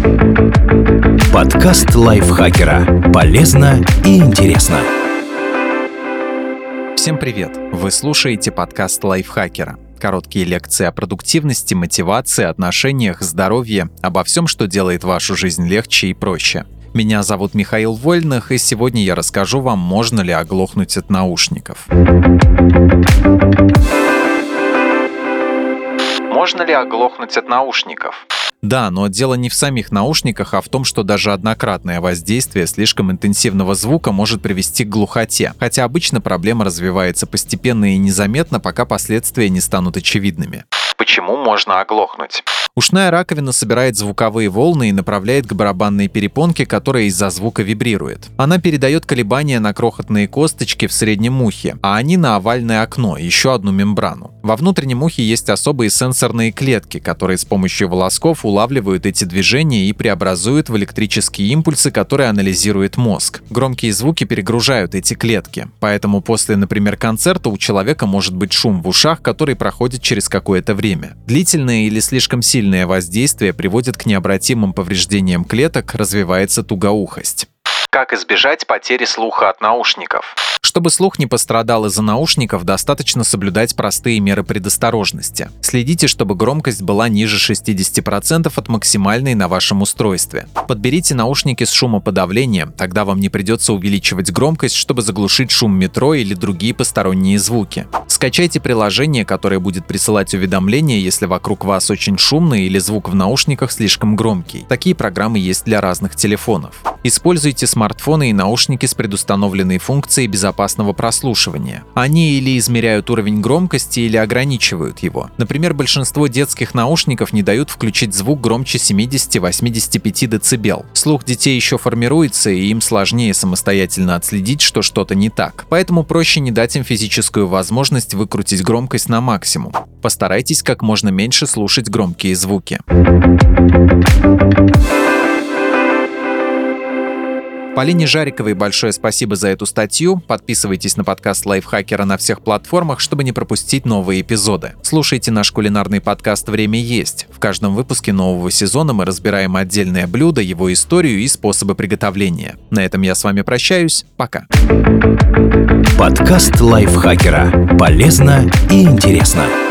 Подкаст лайфхакера. Полезно и интересно. Всем привет! Вы слушаете подкаст лайфхакера. Короткие лекции о продуктивности, мотивации, отношениях, здоровье, обо всем, что делает вашу жизнь легче и проще. Меня зовут Михаил Вольных, и сегодня я расскажу вам, можно ли оглохнуть от наушников. Можно ли оглохнуть от наушников? Да, но дело не в самих наушниках, а в том, что даже однократное воздействие слишком интенсивного звука может привести к глухоте, хотя обычно проблема развивается постепенно и незаметно, пока последствия не станут очевидными. Почему можно оглохнуть? Ушная раковина собирает звуковые волны и направляет к барабанной перепонке, которая из-за звука вибрирует. Она передает колебания на крохотные косточки в среднем ухе, а они на овальное окно, еще одну мембрану. Во внутреннем ухе есть особые сенсорные клетки, которые с помощью волосков улавливают эти движения и преобразуют в электрические импульсы, которые анализирует мозг. Громкие звуки перегружают эти клетки, поэтому после, например, концерта у человека может быть шум в ушах, который проходит через какое-то время. Длительное или слишком сильное воздействие приводит к необратимым повреждениям клеток, развивается тугоухость. Как избежать потери слуха от наушников? Чтобы слух не пострадал из-за наушников, достаточно соблюдать простые меры предосторожности. Следите, чтобы громкость была ниже 60% от максимальной на вашем устройстве. Подберите наушники с шумоподавлением, тогда вам не придется увеличивать громкость, чтобы заглушить шум метро или другие посторонние звуки. Скачайте приложение, которое будет присылать уведомления, если вокруг вас очень шумно или звук в наушниках слишком громкий. Такие программы есть для разных телефонов. Используйте смартфоны и наушники с предустановленной функцией безопасного прослушивания. Они или измеряют уровень громкости, или ограничивают его. Например, большинство детских наушников не дают включить звук громче 70-85 дБ. Слух детей еще формируется, и им сложнее самостоятельно отследить, что что-то не так. Поэтому проще не дать им физическую возможность выкрутить громкость на максимум. Постарайтесь как можно меньше слушать громкие звуки. Полине Жариковой большое спасибо за эту статью. Подписывайтесь на подкаст Лайфхакера на всех платформах, чтобы не пропустить новые эпизоды. Слушайте наш кулинарный подкаст «Время есть». В каждом выпуске нового сезона мы разбираем отдельное блюдо, его историю и способы приготовления. На этом я с вами прощаюсь. Пока. Подкаст лайфхакера. Полезно и интересно.